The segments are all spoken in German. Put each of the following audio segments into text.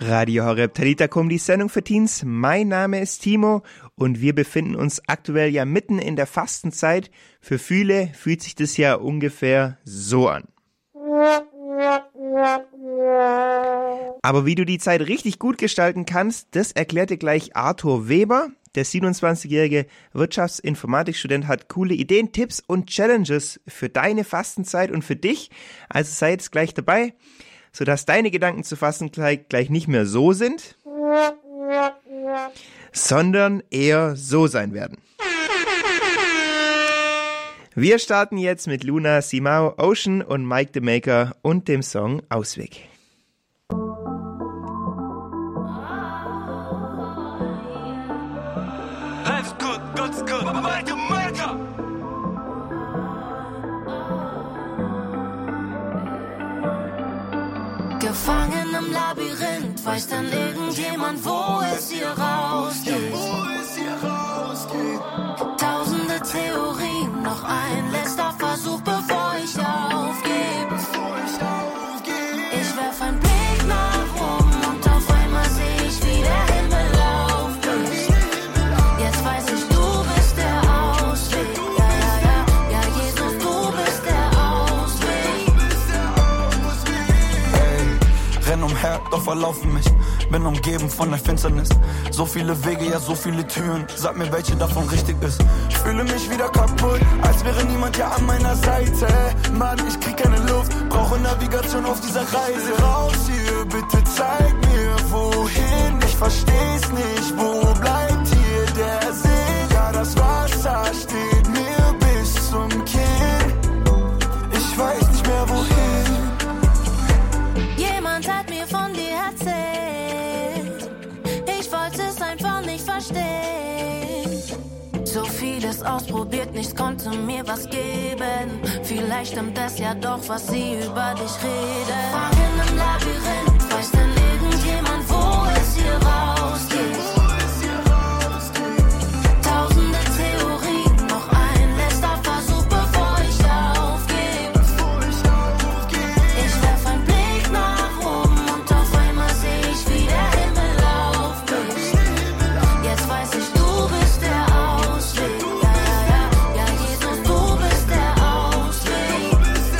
Radio Horeb Talita Kum, die Sendung für Teens. Mein Name ist Timo und wir befinden uns aktuell ja mitten in der Fastenzeit. Für viele fühlt sich das ja ungefähr so an. Aber wie du die Zeit richtig gut gestalten kannst, das erklärt dir gleich Arthur Weber. Der 27-jährige Wirtschaftsinformatikstudent hat coole Ideen, Tipps und Challenges für deine Fastenzeit und für dich. Also sei jetzt gleich dabei, sodass deine Gedanken zu Fasten gleich nicht mehr so sind, sondern eher so sein werden. Wir starten jetzt mit Luna Simao, Ocean und Mike the Maker und dem Song Ausweg. Life's good, God's good, Mike the Maker. Gefangen im Labyrinth, weiß dann irgendjemand, wo es hier rausgeht. Tausende Theorien, noch ein letzter Versuch, bevor ich aufgebe. Ich werf einen Blick nach oben und auf einmal seh ich, wie der Himmel aufblüht. Jetzt weiß ich, du bist der Ausweg. Ja, Jesus, du bist der Ausweg. Hey, renn umher, doch verlaufen mich. Bin umgeben von der Finsternis. So viele Wege, ja so viele Türen. Sag mir, welche davon richtig ist. Fühle mich wieder kaputt, als wäre niemand ja an meiner Seite. Mann, ich krieg keine Luft, brauche Navigation auf dieser Reise. Raus hier, bitte zeig mir, wohin. Ich versteh's nicht, wo bleibt hier der Sinn? Ja, das Wasser steht mir bis zum Kinn. Ich weiß nicht mehr, wohin. Jemand hat mir von dir erzählt. Ich wollte es einfach nicht verstehen. So vieles ausprobiert, nichts konnte mir was geben. Vielleicht stimmt es ja doch, was sie über dich reden. Gefangen im Labyrinth, weiß denn irgendjemand, wo es hier rausgeht? Tausende Theorien, noch ein letzter Versuch, bevor ich aufgebe. Ich werf einen Blick nach oben und auf einmal seh ich, wie der Himmel aufblüht. Jetzt weiß ich, du bist der Ausweg. Ja, Jesus, du bist der Ausweg.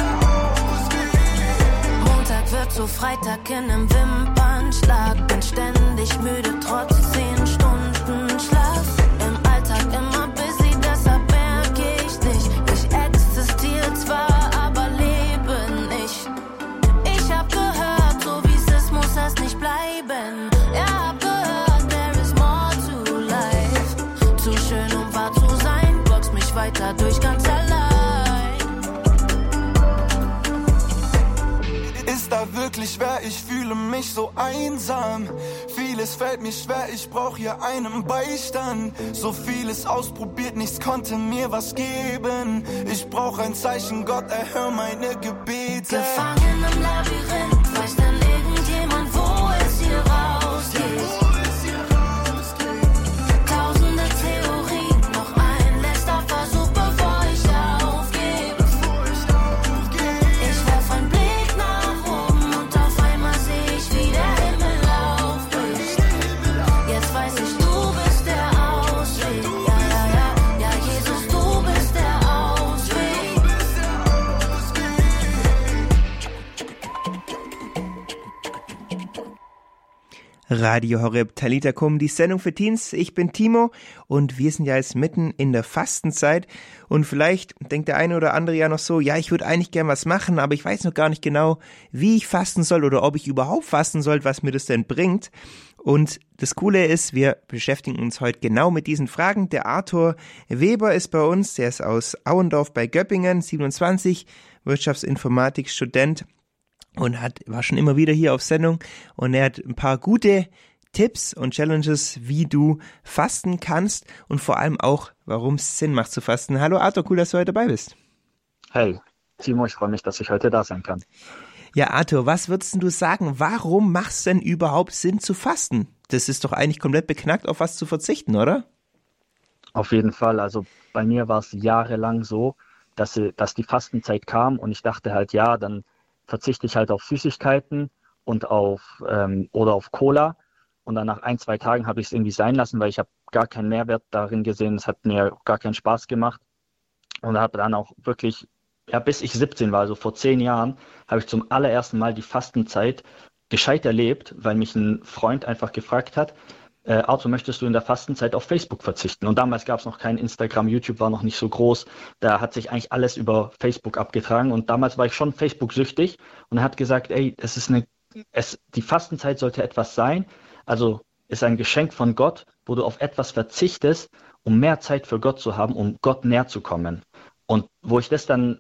Montag wird zu Freitag in einem Wimpernschlag. Bin ständig müde, trotz 10 Stunden Schlaf. Im Alltag immer busy, deshalb merk ich nicht. Ich existiere zwar, aber lebe nicht. Ich hab gehört, so wie es ist, muss es nicht bleiben. Ja, hab gehört, there is more to life. Zu schön, um wahr zu sein, box mich weiter durch ganz allein. Ist da wirklich wer? Ich fühle mich so einsam. Vieles fällt mir schwer, ich brauch hier einen Beistand. So vieles ausprobiert, nichts konnte mir was geben. Ich brauch ein Zeichen, Gott, erhör meine Gebete. Gefangen im Labyrinth, weiß denn irgendjemand, wo es hier rausgeht? Tausende Theorien, noch ein letzter Versuch, bevor ich aufgebe. Ich werf einen Blick nach oben und auf einmal seh ich, wie der Himmel aufblüht. Jetzt weiß ich, du bist der Ausweg. Ja, Jesus, du bist der Ausweg. Radio Horeb Talita Kum, die Sendung für Teens. Ich bin Timo und wir sind ja jetzt mitten in der Fastenzeit und vielleicht denkt der eine oder andere ja noch so, ja, ich würde eigentlich gern was machen, aber ich weiß noch gar nicht genau, wie ich fasten soll oder ob ich überhaupt fasten soll, was mir das denn bringt. Und das Coole ist, wir beschäftigen uns heute genau mit diesen Fragen. Der Arthur Weber ist bei uns, der ist aus Auendorf bei Göppingen, 27, Wirtschaftsinformatikstudent. Und war schon immer wieder hier auf Sendung und er hat ein paar gute Tipps und Challenges, wie du fasten kannst und vor allem auch, warum es Sinn macht zu fasten. Hallo Arthur, cool, dass du heute dabei bist. Hey, Timo, ich freue mich, dass ich heute da sein kann. Ja, Arthur, was würdest du sagen, warum macht es denn überhaupt Sinn zu fasten? Das ist doch eigentlich komplett beknackt, auf was zu verzichten, oder? Auf jeden Fall, also bei mir war es jahrelang so, dass die Fastenzeit kam und ich dachte halt, ja, dann verzichte ich halt auf Süßigkeiten und oder auf Cola. Und dann nach 1, 2 Tagen habe ich es irgendwie sein lassen, weil ich habe gar keinen Mehrwert darin gesehen. Es hat mir gar keinen Spaß gemacht. Und habe dann auch wirklich, ja, bis ich 17 war, also vor 10 Jahren, habe ich zum allerersten Mal die Fastenzeit gescheit erlebt, weil mich ein Freund einfach gefragt hat, Arthur, möchtest du in der Fastenzeit auf Facebook verzichten? Und damals gab es noch kein Instagram, YouTube war noch nicht so groß. Da hat sich eigentlich alles über Facebook abgetragen. Und damals war ich schon Facebook-süchtig und er hat gesagt, ey, die Fastenzeit sollte etwas sein, also ist ein Geschenk von Gott, wo du auf etwas verzichtest, um mehr Zeit für Gott zu haben, um Gott näher zu kommen. Und wo ich das dann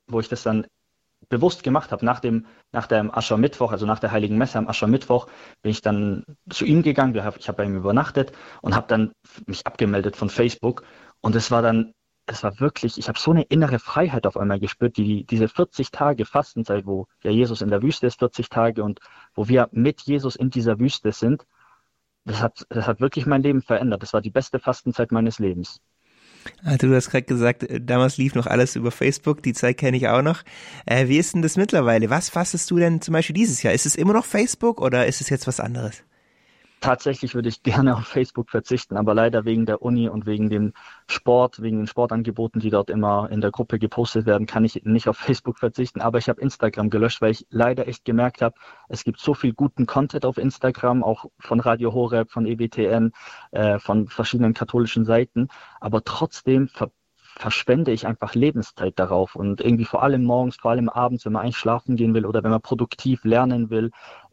bewusst gemacht habe, nach dem Aschermittwoch, also nach der Heiligen Messe am Aschermittwoch, bin ich dann zu ihm gegangen, ich habe bei ihm übernachtet und habe dann mich abgemeldet von Facebook. Und es war wirklich, ich habe so eine innere Freiheit auf einmal gespürt, diese 40 Tage Fastenzeit, wo ja Jesus in der Wüste ist, 40 Tage und wo wir mit Jesus in dieser Wüste sind, das hat wirklich mein Leben verändert. Das war die beste Fastenzeit meines Lebens. Also du hast gerade gesagt, damals lief noch alles über Facebook, die Zeit kenne ich auch noch. Wie ist denn das mittlerweile? Was fastest du denn zum Beispiel dieses Jahr? Ist es immer noch Facebook oder ist es jetzt was anderes? Tatsächlich würde ich gerne auf Facebook verzichten, aber leider wegen der Uni und wegen dem Sport, wegen den Sportangeboten, die dort immer in der Gruppe gepostet werden, kann ich nicht auf Facebook verzichten. Aber ich habe Instagram gelöscht, weil ich leider echt gemerkt habe, es gibt so viel guten Content auf Instagram, auch von Radio Horeb, von EWTN, von verschiedenen katholischen Seiten. Aber trotzdem verschwende ich einfach Lebenszeit darauf. Und irgendwie vor allem morgens, vor allem abends, wenn man eigentlich schlafen gehen will oder wenn man produktiv lernen will,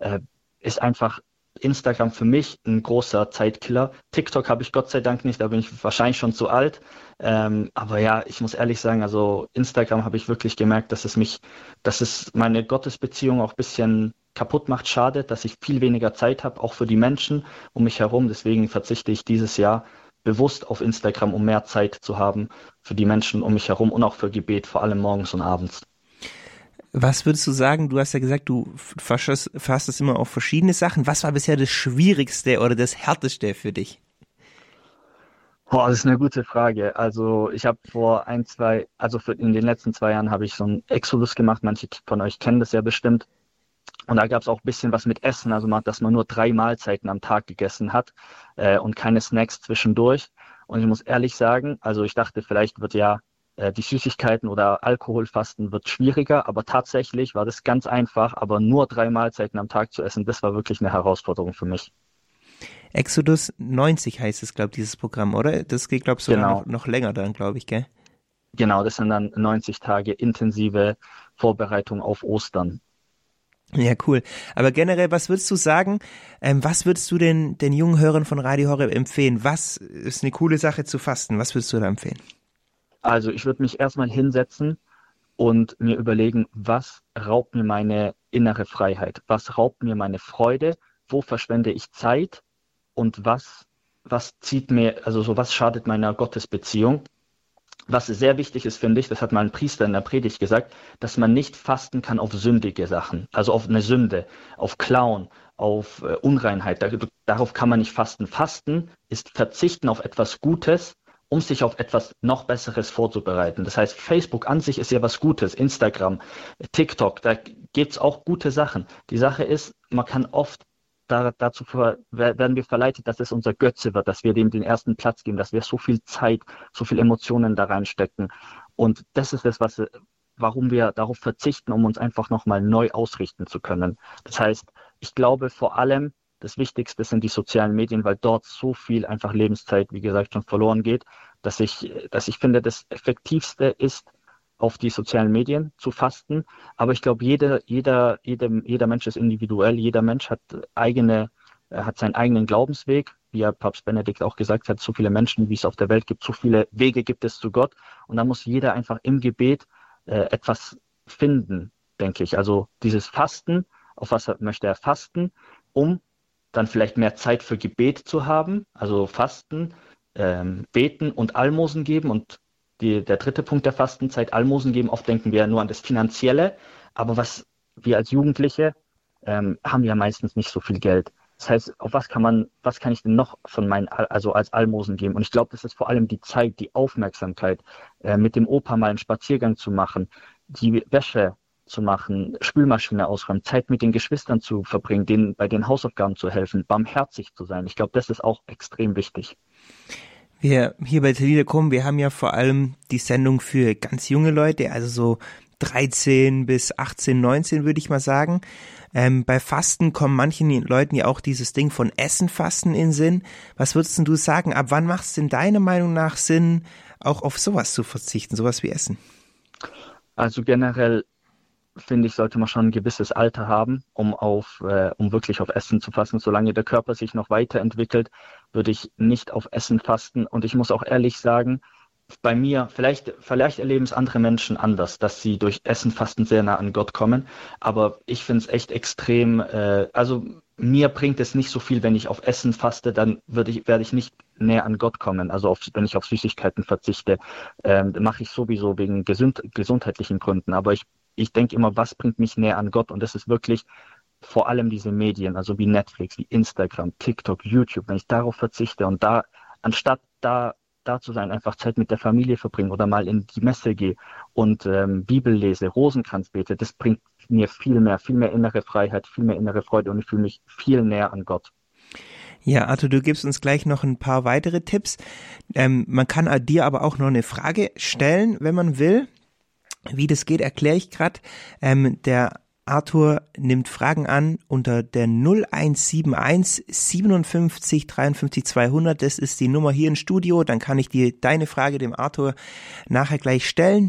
ist einfach Instagram für mich ein großer Zeitkiller. TikTok habe ich Gott sei Dank nicht, da bin ich wahrscheinlich schon zu alt. Aber ja, ich muss ehrlich sagen, also Instagram habe ich wirklich gemerkt, dass es meine Gottesbeziehung auch ein bisschen kaputt macht, schadet, dass ich viel weniger Zeit habe, auch für die Menschen um mich herum. Deswegen verzichte ich dieses Jahr bewusst auf Instagram, um mehr Zeit zu haben für die Menschen um mich herum und auch für Gebet, vor allem morgens und abends. Was würdest du sagen? Du hast ja gesagt, du fastest immer auf verschiedene Sachen. Was war bisher das Schwierigste oder das Härteste für dich? Das ist eine gute Frage. Also ich habe in den letzten 2 Jahren habe ich so einen Exodus gemacht. Manche von euch kennen das ja bestimmt. Und da gab es auch ein bisschen was mit Essen, also dass man nur 3 Mahlzeiten am Tag gegessen hat und keine Snacks zwischendurch. Und ich muss ehrlich sagen, also ich dachte, vielleicht wird ja die Süßigkeiten oder Alkoholfasten wird schwieriger, aber tatsächlich war das ganz einfach, aber nur 3 Mahlzeiten am Tag zu essen, das war wirklich eine Herausforderung für mich. Exodus 90 heißt es, glaube ich, dieses Programm, oder? Das geht, glaube ich, sogar noch länger dann, glaube ich, gell? Genau, das sind dann 90 Tage intensive Vorbereitung auf Ostern. Ja, cool. Aber generell, was würdest du sagen, was würdest du den jungen Hörern von Radio Horeb empfehlen? Was ist eine coole Sache zu fasten? Was würdest du da empfehlen? Also ich würde mich erstmal hinsetzen und mir überlegen, was raubt mir meine innere Freiheit? Was raubt mir meine Freude? Wo verschwende ich Zeit? Und was schadet meiner Gottesbeziehung? Was sehr wichtig ist, finde ich, das hat mal ein Priester in der Predigt gesagt, dass man nicht fasten kann auf sündige Sachen, also auf eine Sünde, auf Klauen, auf Unreinheit. Darauf kann man nicht fasten. Fasten ist Verzichten auf etwas Gutes, um sich auf etwas noch Besseres vorzubereiten. Das heißt, Facebook an sich ist ja was Gutes, Instagram, TikTok, da gibt's auch gute Sachen. Die Sache ist, man kann oft dazu werden wir verleitet, dass es unser Götze wird, dass wir dem den ersten Platz geben, dass wir so viel Zeit, so viel Emotionen da reinstecken. Und das ist das, warum wir darauf verzichten, um uns einfach nochmal neu ausrichten zu können. Das heißt, ich glaube vor allem, das Wichtigste sind die sozialen Medien, weil dort so viel einfach Lebenszeit, wie gesagt, schon verloren geht, dass ich finde, das Effektivste ist, auf die sozialen Medien zu fasten. Aber ich glaube, jeder Mensch ist individuell, jeder Mensch hat seinen eigenen Glaubensweg. Wie ja Papst Benedikt auch gesagt hat, so viele Menschen, wie es auf der Welt gibt, so viele Wege gibt es zu Gott. Und da muss jeder einfach im Gebet etwas finden, denke ich. Also dieses Fasten, auf was möchte er fasten, um dann vielleicht mehr Zeit für Gebet zu haben. Also Fasten, beten und Almosen geben. Und der dritte Punkt der Fastenzeit, Almosen geben. Oft denken wir nur an das Finanzielle, aber was wir als Jugendliche haben ja meistens nicht so viel Geld. Das heißt, was kann ich denn noch also als Almosen geben? Und ich glaube, das ist vor allem die Zeit, die Aufmerksamkeit, mit dem Opa mal einen Spaziergang zu machen, die Wäsche zu machen, Spülmaschine ausräumen, Zeit mit den Geschwistern zu verbringen, denen bei den Hausaufgaben zu helfen, barmherzig zu sein. Ich glaube, das ist auch extrem wichtig. Wir hier bei Talita Kum, wir haben ja vor allem die Sendung für ganz junge Leute, also so 13 bis 18, 19 würde ich mal sagen. Bei Fasten kommen manchen Leuten ja auch dieses Ding von Essen-Fasten in den Sinn. Was würdest du sagen, ab wann macht es denn deiner Meinung nach Sinn, auch auf sowas zu verzichten, sowas wie Essen? Also generell finde ich, sollte man schon ein gewisses Alter haben, um wirklich auf Essen zu fasten. Solange der Körper sich noch weiterentwickelt, würde ich nicht auf Essen fasten. Und ich muss auch ehrlich sagen, bei mir, vielleicht erleben es andere Menschen anders, dass sie durch Essen fasten sehr nah an Gott kommen. Aber ich finde es echt extrem, also mir bringt es nicht so viel, wenn ich auf Essen faste, dann werde ich nicht näher an Gott kommen. Also wenn ich auf Süßigkeiten verzichte, mache ich sowieso wegen gesundheitlichen Gründen. Aber ich denke immer, was bringt mich näher an Gott? Und das ist wirklich vor allem diese Medien, also wie Netflix, wie Instagram, TikTok, YouTube. Wenn ich darauf verzichte und anstatt da zu sein, einfach Zeit mit der Familie verbringen oder mal in die Messe gehe und Bibel lese, Rosenkranz bete, das bringt mir viel mehr innere Freiheit, viel mehr innere Freude und ich fühle mich viel näher an Gott. Ja, Arthur, du gibst uns gleich noch ein paar weitere Tipps. Man kann dir aber auch noch eine Frage stellen, wenn man will. Wie das geht, erkläre ich gerade. Der Arthur nimmt Fragen an unter der 0171 57 53 200. Das ist die Nummer hier im Studio. Dann kann ich dir deine Frage dem Arthur nachher gleich stellen.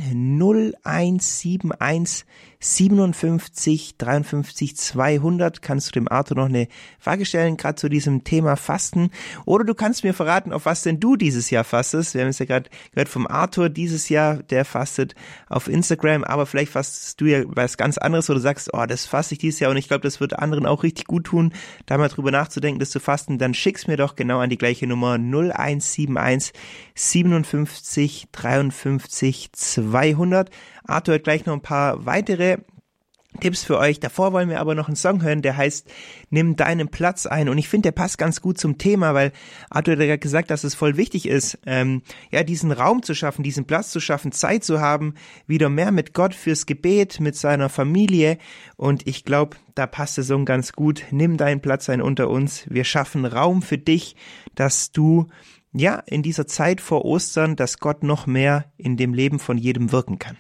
0171 57 53 200. Kannst du dem Arthur noch eine Frage stellen, gerade zu diesem Thema Fasten. Oder du kannst mir verraten, auf was denn du dieses Jahr fastest. Wir haben es ja gerade gehört vom Arthur dieses Jahr, der fastet auf Instagram. Aber vielleicht fastest du ja was ganz anderes, wo du sagst, oh, das faste ich dieses Jahr und ich glaube, das wird anderen auch richtig gut tun, da mal drüber nachzudenken, das zu fasten. Dann schick's mir doch genau an die gleiche Nummer 0171 57 53 200. Arthur hat gleich noch ein paar weitere Tipps für euch. Davor wollen wir aber noch einen Song hören, der heißt Nimm deinen Platz ein. Und ich finde, der passt ganz gut zum Thema, weil Arthur hat ja gesagt, dass es voll wichtig ist, diesen Raum zu schaffen, diesen Platz zu schaffen, Zeit zu haben, wieder mehr mit Gott fürs Gebet, mit seiner Familie. Und ich glaube, da passt der Song ganz gut. Nimm deinen Platz ein unter uns. Wir schaffen Raum für dich, dass du in dieser Zeit vor Ostern, dass Gott noch mehr in dem Leben von jedem wirken kann.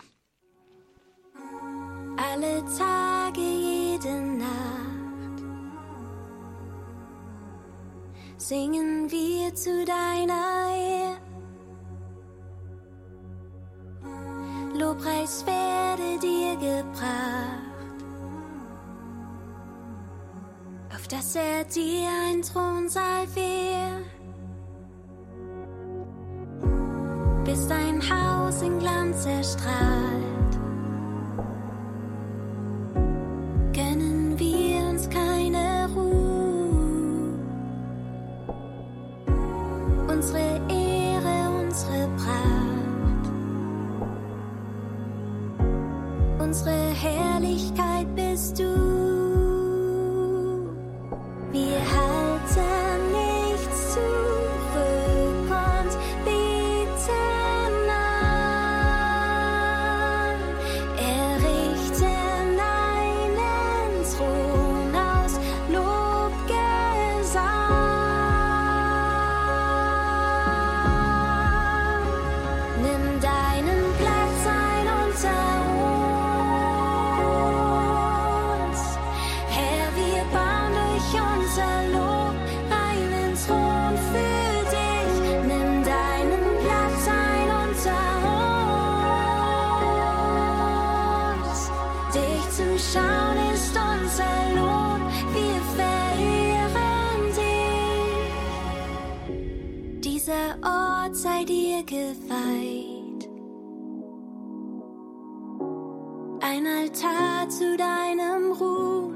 Alle Tage, jede Nacht singen wir zu deiner Ehre. Lobpreis werde dir gebracht, auf dass dir ein Thronsaal wär, bis dein Haus in Glanz erstrahlt. Gönnen wir uns keine Ruhe, unsere Ehre, unsere Pracht, unsere Herrlichkeit bist du. Wir halten nichts zurück und beten an, errichten einen Thron aus Lobgesang. Nimm deinen Platz ein unter uns, Herr, wir bauen durch unser Lob einen Thron für dich. Nimm deinen Platz ein unter uns, dich zu schauen ist unser Lohn, wir verehren dich. Dieser Ort sei dir geweiht, ein Altar zu deinem Ruhm.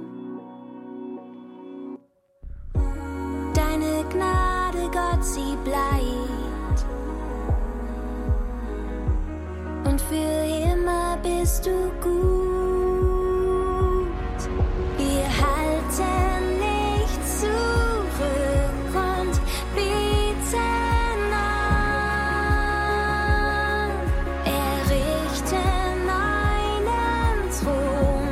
Deine Gnade, Gott, sie bleibt, und für immer bist du gut. Wir halten nichts zurück und beten an, errichten einen Thron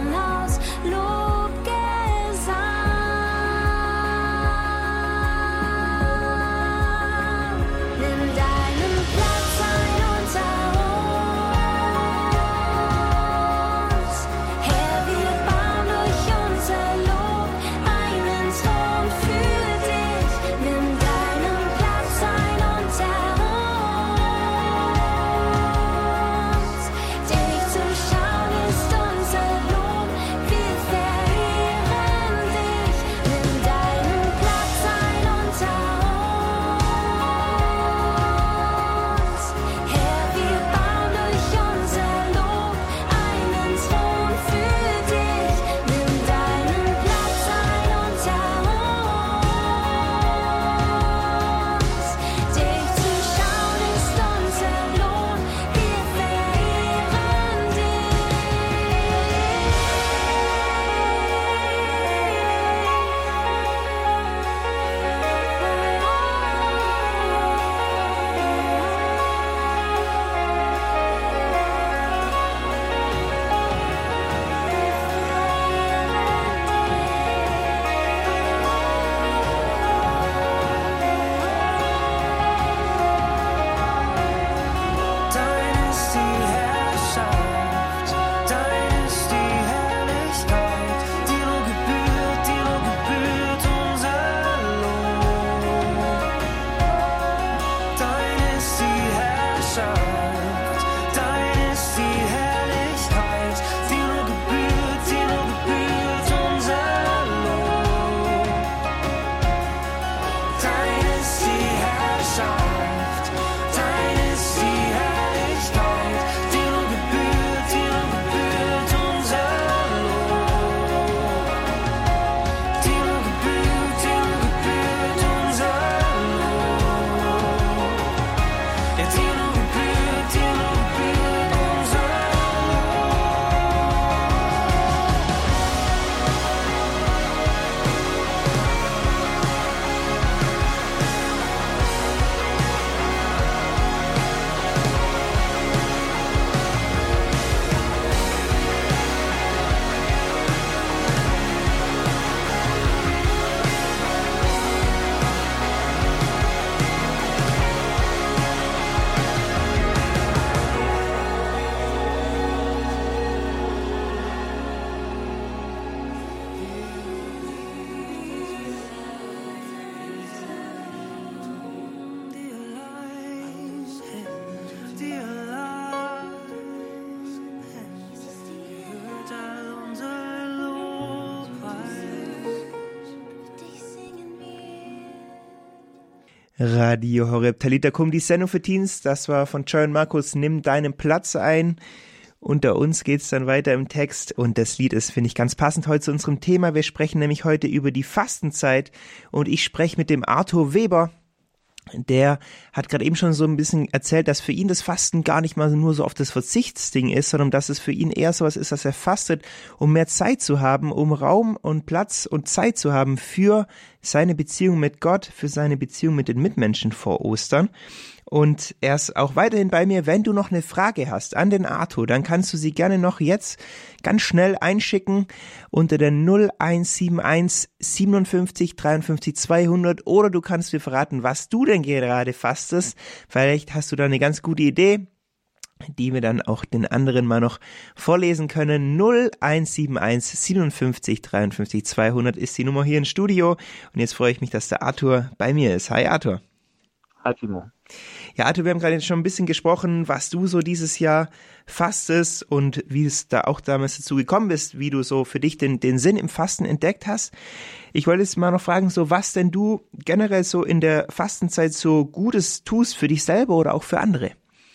Radio Horeb Talita Kum, die Sendung für Teens, das war von Joy und Markus, Nimm deinen Platz ein. Unter uns geht's dann weiter im Text und das Lied ist, finde ich, ganz passend heute zu unserem Thema. Wir sprechen nämlich heute über die Fastenzeit und ich spreche mit dem Arthur Weber. Der hat gerade eben schon so ein bisschen erzählt, dass für ihn das Fasten gar nicht mal nur so auf das Verzichtsding ist, sondern dass es für ihn eher sowas ist, dass er fastet, um mehr Zeit zu haben, um Raum und Platz und Zeit zu haben für seine Beziehung mit Gott, für seine Beziehung mit den Mitmenschen vor Ostern. Und er ist auch weiterhin bei mir. Wenn du noch eine Frage hast an den Arthur, dann kannst du sie gerne noch jetzt ganz schnell einschicken unter der 0171 57 53 200 oder du kannst mir verraten, was du denn gerade fastest. Vielleicht hast du da eine ganz gute Idee, die wir dann auch den anderen mal noch vorlesen können. 0171 57 53 200 ist die Nummer hier im Studio. Und jetzt freue ich mich, dass der Arthur bei mir ist. Hi Arthur. Hi Timo. Ja, Arthur, wir haben gerade jetzt schon ein bisschen gesprochen, was du so dieses Jahr fastest und wie es da auch damals dazu gekommen bist, wie du so für dich den Sinn im Fasten entdeckt hast. Ich wollte jetzt mal noch fragen, so was denn du generell so in der Fastenzeit so Gutes tust für dich selber oder auch für andere?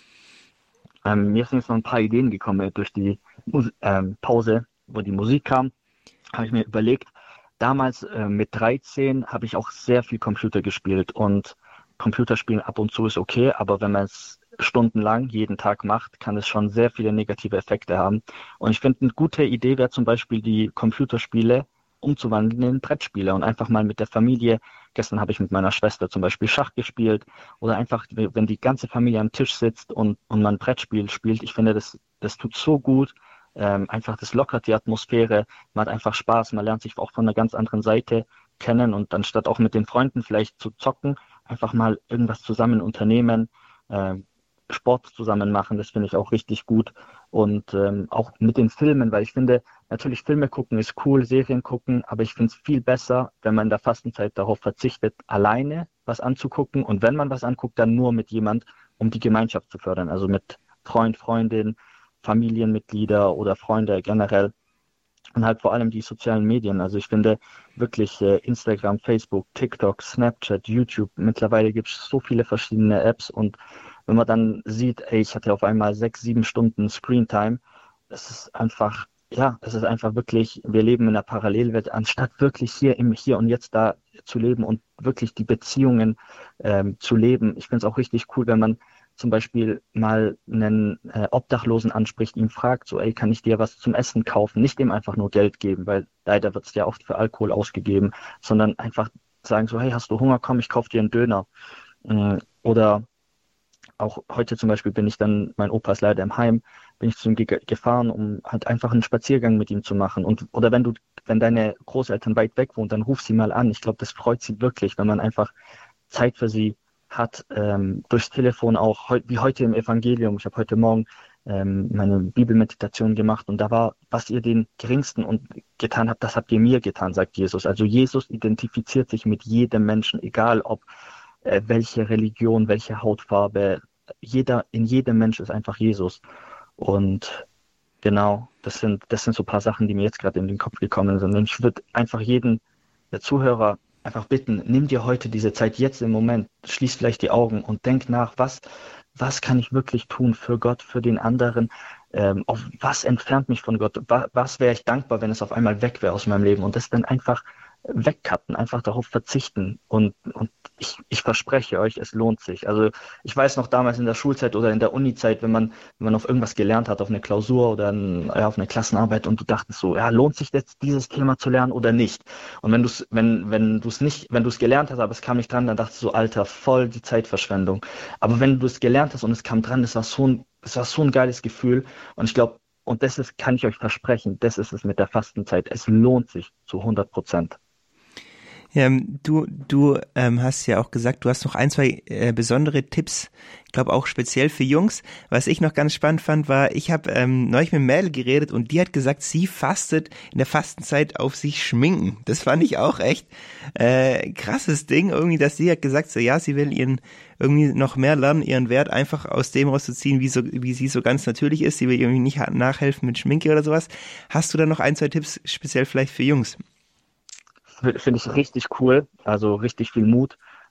Mir sind jetzt noch ein paar Ideen gekommen durch die Pause, wo die Musik kam, habe ich mir überlegt, damals mit 13 habe ich auch sehr viel Computer gespielt und Computerspielen ab und zu ist okay, aber wenn man es stundenlang jeden Tag macht, kann es schon sehr viele negative Effekte haben. Und ich finde, eine gute Idee wäre zum Beispiel, die Computerspiele umzuwandeln in Brettspiele und einfach mal mit der Familie. Gestern habe ich mit meiner Schwester zum Beispiel Schach gespielt oder einfach, wenn die ganze Familie am Tisch sitzt und man ein Brettspiel spielt. Ich finde, das tut so gut. Einfach, das lockert die Atmosphäre. Man hat einfach Spaß. Man lernt sich auch von einer ganz anderen Seite kennen und anstatt auch mit den Freunden vielleicht zu zocken, einfach mal irgendwas zusammen unternehmen, Sport zusammen machen, das finde ich auch richtig gut. Und auch mit den Filmen, weil ich finde, natürlich Filme gucken ist cool, Serien gucken, aber ich finde es viel besser, wenn man in der Fastenzeit darauf verzichtet, alleine was anzugucken und wenn man was anguckt, dann nur mit jemand, um die Gemeinschaft zu fördern, also mit Freund, Freundin, Familienmitglieder oder Freunde generell. Und halt vor allem die sozialen Medien. Also ich finde wirklich Instagram, Facebook, TikTok, Snapchat, YouTube. Mittlerweile gibt es so viele verschiedene Apps. Und wenn man dann sieht, ey, ich hatte auf einmal 6-7 Stunden Screentime, es ist einfach wirklich, wir leben in einer Parallelwelt, anstatt wirklich hier im Hier und Jetzt da zu leben und wirklich die Beziehungen zu leben. Ich finde es auch richtig cool, wenn man zum Beispiel mal einen Obdachlosen anspricht, ihn fragt, so, ey, kann ich dir was zum Essen kaufen? Nicht ihm einfach nur Geld geben, weil leider wird es ja oft für Alkohol ausgegeben, sondern einfach sagen so, hey, hast du Hunger? Komm, ich kauf dir einen Döner. Oder auch heute zum Beispiel mein Opa ist leider im Heim, bin ich zu ihm gefahren, um halt einfach einen Spaziergang mit ihm zu machen. Oder wenn deine Großeltern weit weg wohnen, dann ruf sie mal an. Ich glaube, das freut sie wirklich, wenn man einfach Zeit für sie hat, durchs Telefon auch, wie heute im Evangelium. Ich habe heute Morgen meine Bibelmeditation gemacht und da war, was ihr den Geringsten getan habt, das habt ihr mir getan, sagt Jesus. Also Jesus identifiziert sich mit jedem Menschen, egal ob welche Religion, welche Hautfarbe, in jedem Mensch ist einfach Jesus. Und genau, das sind so ein paar Sachen, die mir jetzt gerade in den Kopf gekommen sind. Und ich würde einfach jeden der Zuhörer einfach bitten, nimm dir heute diese Zeit jetzt im Moment, schließ vielleicht die Augen und denk nach, was kann ich wirklich tun für Gott, für den anderen, auf was entfernt mich von Gott, was wäre ich dankbar, wenn es auf einmal weg wäre aus meinem Leben und das dann einfach wegcutten, einfach darauf verzichten und ich verspreche euch, es lohnt sich. Also ich weiß noch damals in der Schulzeit oder in der Unizeit, wenn man auf irgendwas gelernt hat, auf eine Klausur oder auf eine Klassenarbeit und du dachtest so, ja, lohnt sich jetzt dieses Thema zu lernen oder nicht? Und wenn du es gelernt hast, aber es kam nicht dran, dann dachtest du so, Alter, voll die Zeitverschwendung. Aber wenn du es gelernt hast und es kam dran, es war so ein geiles Gefühl und ich glaube, und kann ich euch versprechen, das ist es mit der Fastenzeit. Es lohnt sich zu 100%. Ja, du hast ja auch gesagt, du hast noch 1-2 besondere Tipps, ich glaube auch speziell für Jungs. Was ich noch ganz spannend fand, war, ich habe neulich mit Mädel geredet und die hat gesagt, sie fastet in der Fastenzeit auf sich schminken. Das fand ich auch echt krasses Ding, irgendwie, dass sie hat gesagt, so ja, sie will irgendwie noch mehr lernen, ihren Wert einfach aus dem rauszuziehen, wie sie so ganz natürlich ist. Sie will irgendwie nicht nachhelfen mit Schminke oder sowas. Hast du da noch 1-2 Tipps speziell vielleicht für Jungs? Finde ich richtig cool, also richtig viel Mut.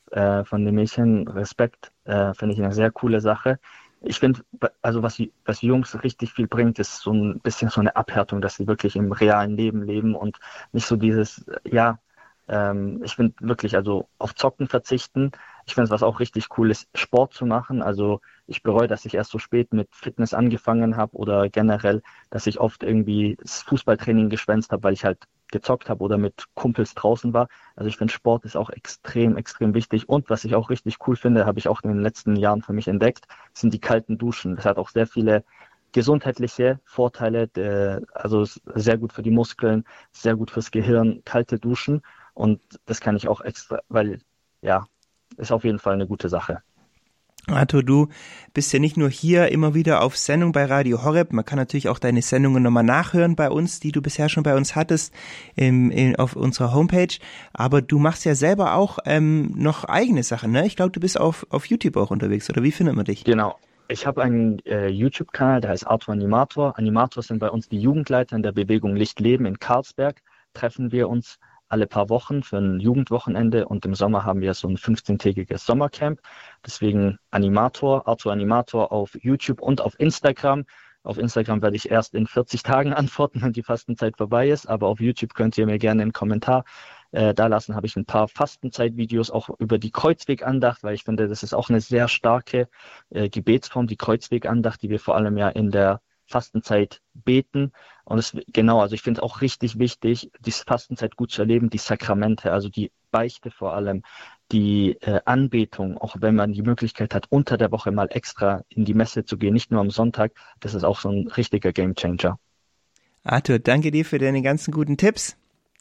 von den Mädchen. Respekt, finde ich eine sehr coole Sache. Ich finde, also was Jungs richtig viel bringt, ist so ein bisschen so eine Abhärtung, dass sie wirklich im realen Leben leben und nicht so dieses, ich finde wirklich, also auf Zocken verzichten. Ich finde, was auch richtig cool ist, Sport zu machen. Also ich bereue, dass ich erst so spät mit Fitness angefangen habe oder generell, dass ich oft irgendwie das Fußballtraining geschwänzt habe, weil ich halt gezockt habe oder mit Kumpels draußen war. Also ich finde, Sport ist auch extrem, extrem wichtig. Und was ich auch richtig cool finde, habe ich auch in den letzten Jahren für mich entdeckt, sind die kalten Duschen. Das hat auch sehr viele gesundheitliche Vorteile. Also ist sehr gut für die Muskeln, sehr gut fürs Gehirn, kalte Duschen. Und das kann ich auch extra, weil, ist auf jeden Fall eine gute Sache. Arthur, du bist ja nicht nur hier immer wieder auf Sendung bei Radio Horeb, man kann natürlich auch deine Sendungen nochmal nachhören bei uns, die du bisher schon bei uns hattest, auf unserer Homepage, aber du machst ja selber auch noch eigene Sachen, ne? Ich glaube, du bist auf YouTube auch unterwegs, oder wie findet man dich? Genau. Ich habe einen YouTube-Kanal, der heißt Arthur Animator. Animator sind bei uns die Jugendleiter in der Bewegung Licht Leben in Karlsberg. Treffen wir uns alle paar Wochen für ein Jugendwochenende und im Sommer haben wir so ein 15-tägiges Sommercamp. Deswegen Animator, Arthur Animator auf YouTube und auf Instagram. Auf Instagram werde ich erst in 40 Tagen antworten, wenn die Fastenzeit vorbei ist, aber auf YouTube könnt ihr mir gerne einen Kommentar da lassen. Habe ich ein paar Fastenzeit-Videos auch über die Kreuzwegandacht, weil ich finde, das ist auch eine sehr starke Gebetsform, die Kreuzwegandacht, die wir vor allem ja in der Fastenzeit beten. Und also ich finde es auch richtig wichtig, die Fastenzeit gut zu erleben, die Sakramente, also die Beichte vor allem, die Anbetung, auch wenn man die Möglichkeit hat, unter der Woche mal extra in die Messe zu gehen, nicht nur am Sonntag, das ist auch so ein richtiger Gamechanger. Arthur, danke dir für deine ganzen guten Tipps.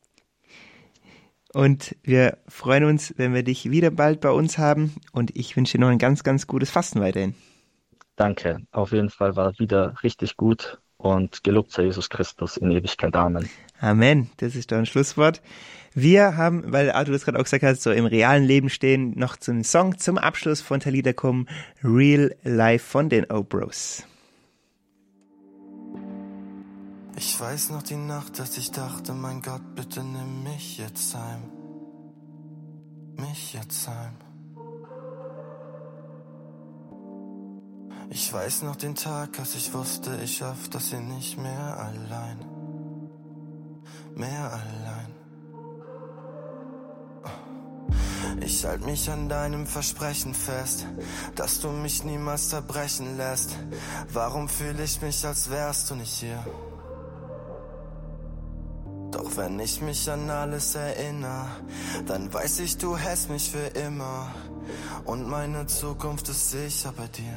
Und wir freuen uns, wenn wir dich wieder bald bei uns haben. Und ich wünsche dir noch ein ganz, ganz gutes Fasten weiterhin. Danke. Auf jeden Fall war wieder richtig gut und gelobt sei Jesus Christus in Ewigkeit. Amen. Amen. Das ist doch ein Schlusswort. Wir haben, weil Arthur das gerade auch gesagt hat, so im realen Leben stehen, noch zum Song zum Abschluss von Talita Kum, Real Life von den O-Bros. Ich weiß noch die Nacht, dass ich dachte, mein Gott, bitte nimm mich jetzt heim. Mich jetzt heim. Ich weiß noch den Tag, als ich wusste, ich schaff das hier nicht mehr allein. Mehr allein. Ich halt mich an deinem Versprechen fest, dass du mich niemals zerbrechen lässt. Warum fühle ich mich, als wärst du nicht hier? Doch wenn ich mich an alles erinnere, dann weiß ich, du hältst mich für immer. Und meine Zukunft ist sicher bei dir.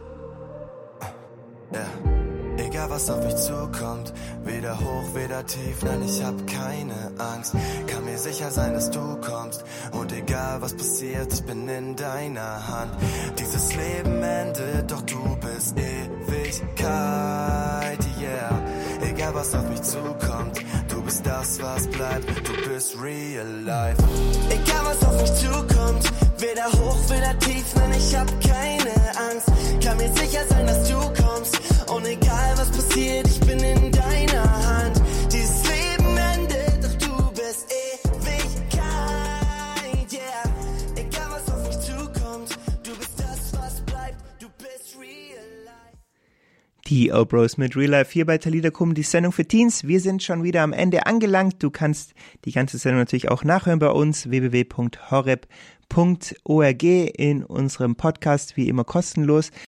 Yeah. Egal was auf mich zukommt, weder hoch, weder tief, nein, ich hab keine Angst. Kann mir sicher sein, dass du kommst. Und egal was passiert, ich bin in deiner Hand. Dieses Leben endet, doch du bist Ewigkeit, yeah. Egal was auf mich zukommt, du bist das, was bleibt, du bist real life. Egal was auf mich zukommt, weder hoch, weder tief, nein, ich hab keine Angst. Kann mir sicher sein, dass du kommst. Und egal was passiert, ich bin in deiner Hand. Dieses Leben endet, doch du bist Ewigkeit, yeah. Egal was auf mich zukommt, du bist das, was bleibt, du bist real life. Die O-Bros mit Real Life hier bei Talita Kum, die Sendung für Teens. Wir sind schon wieder am Ende angelangt. Du kannst die ganze Sendung natürlich auch nachhören bei uns, www.horeb.org in unserem Podcast, wie immer kostenlos.